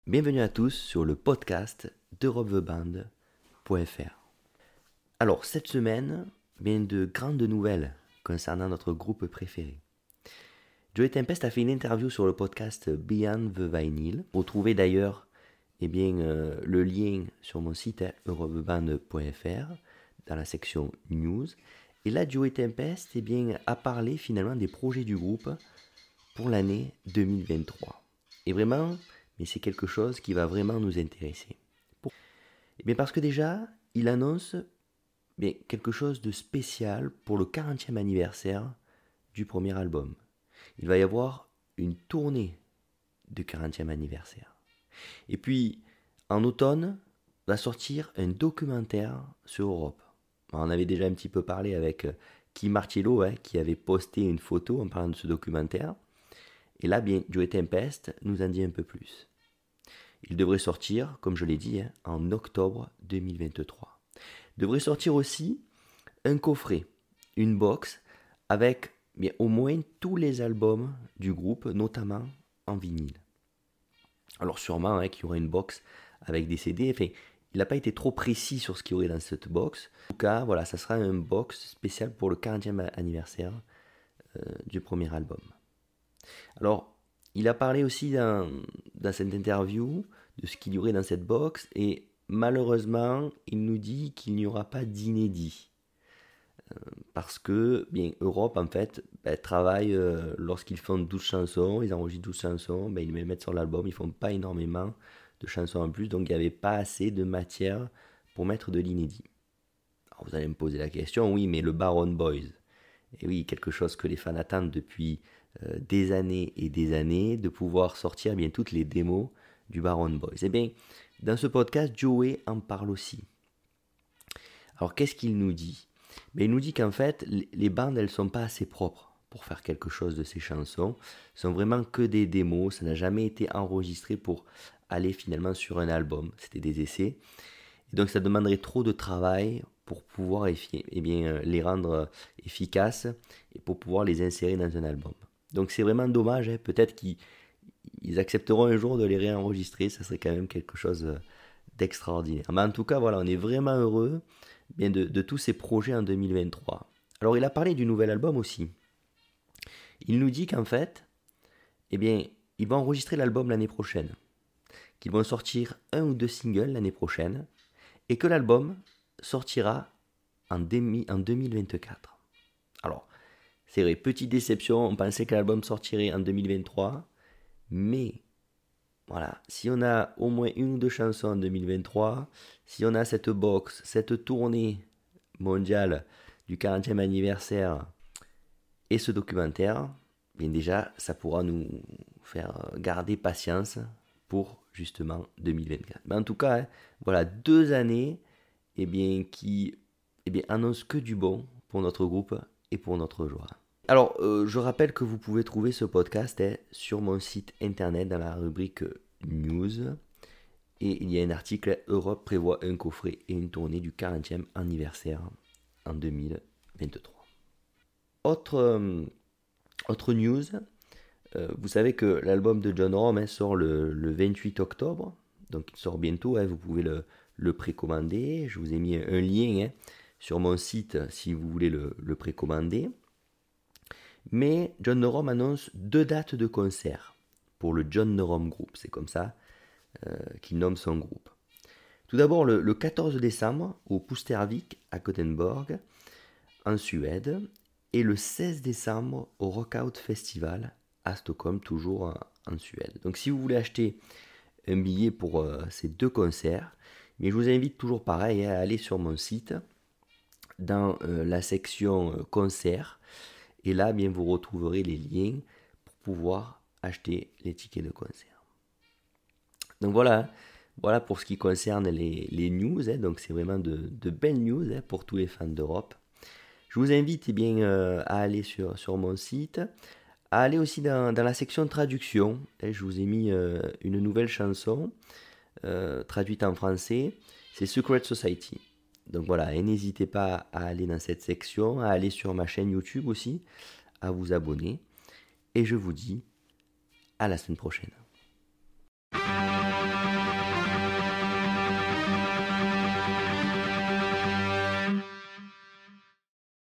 Bienvenue à tous sur le podcast d'EuropeTheBand.fr. Alors, cette semaine, bien de grandes nouvelles concernant notre groupe préféré. Joey Tempest a fait une interview sur le podcast Beyond the Vinyl. Vous retrouvez d'ailleurs le lien sur mon site EuropeTheBand.fr dans la section News. Et là, Joey Tempest a parlé finalement des projets du groupe pour l'année 2023. Et vraiment, mais c'est quelque chose qui va vraiment nous intéresser. Parce que déjà, il annonce quelque chose de spécial pour le 40e anniversaire du premier album. Il va y avoir une tournée de 40e anniversaire. Et puis, en automne, va sortir un documentaire sur Europe. On avait déjà un petit peu parlé avec Kim Martiello, qui avait posté une photo en parlant de ce documentaire. Et là, Joey Tempest nous en dit un peu plus. Il devrait sortir, comme je l'ai dit, en octobre 2023. Il devrait sortir aussi un coffret, une box, avec au moins tous les albums du groupe, notamment en vinyle. Alors sûrement qu'il y aura une box avec des CD. Enfin, il n'a pas été trop précis sur ce qu'il y aurait dans cette box. En tout cas, voilà, ça sera un box spécial pour le 40e anniversaire du premier album. Alors, il a parlé aussi dans cette interview de ce qu'il y aurait dans cette box et malheureusement, il nous dit qu'il n'y aura pas d'inédit. Parce que, Europe, en fait, travaille lorsqu'ils font 12 chansons, ils enregistrent 12 chansons, ils les mettent sur l'album, ils font pas énormément de chansons en plus, donc il n'y avait pas assez de matière pour mettre de l'inédit. Alors vous allez me poser la question, oui, mais le Baron Boys, et oui, quelque chose que les fans attendent depuis des années et des années, de pouvoir sortir toutes les démos du Baron Boys. Dans ce podcast, Joey en parle aussi. Alors qu'est-ce qu'il nous dit ? Il nous dit qu'en fait, les bandes, elles ne sont pas assez propres pour faire quelque chose de ces chansons. Ce sont vraiment que des démos, ça n'a jamais été enregistré pour aller finalement sur un album. C'était des essais. Et donc ça demanderait trop de travail pour pouvoir les rendre efficaces et pour pouvoir les insérer dans un album. Donc c'est vraiment dommage, peut-être qu'ils accepteront un jour de les réenregistrer, ça serait quand même quelque chose d'extraordinaire. Mais en tout cas, voilà, on est vraiment heureux de tous ces projets en 2023. Alors il a parlé du nouvel album aussi. Il nous dit qu'en fait, il va enregistrer l'album l'année prochaine, qu'ils vont sortir 1 ou 2 singles l'année prochaine, et que l'album sortira en 2024. Alors, c'est vrai, petite déception, on pensait que l'album sortirait en 2023, mais voilà, si on a au moins 1 ou 2 chansons en 2023, si on a cette box, cette tournée mondiale du 40e anniversaire et ce documentaire, déjà, ça pourra nous faire garder patience pour justement 2024. Mais en tout cas, voilà 2 années qui annoncent que du bon pour notre groupe et pour notre joie. Alors, je rappelle que vous pouvez trouver ce podcast sur mon site internet dans la rubrique News. Et il y a un article « Europe prévoit un coffret et une tournée du 40e anniversaire en 2023 ». Autre news, vous savez que l'album de Jon Aurum sort le 28 octobre. Donc il sort bientôt, vous pouvez le précommander. Je vous ai mis un lien sur mon site si vous voulez le précommander. Mais Jon Aurum annonce 2 dates de concert pour le Jon Aurum Group. C'est comme ça qu'il nomme son groupe. Tout d'abord le 14 décembre au Pustervik à Gothenburg en Suède et le 16 décembre au Rockout Festival à Stockholm, toujours en Suède. Donc si vous voulez acheter un billet pour ces 2 concerts, mais je vous invite toujours pareil à aller sur mon site dans la section concerts. Et là, vous retrouverez les liens pour pouvoir acheter les tickets de concert. Donc voilà pour ce qui concerne les news. Donc c'est vraiment de belles news pour tous les fans d'Europe. Je vous invite à aller sur mon site, à aller aussi dans la section traduction. Je vous ai mis une nouvelle chanson traduite en français. C'est Secret Society. Donc voilà, et n'hésitez pas à aller dans cette section, à aller sur ma chaîne YouTube aussi, à vous abonner. Et je vous dis à la semaine prochaine.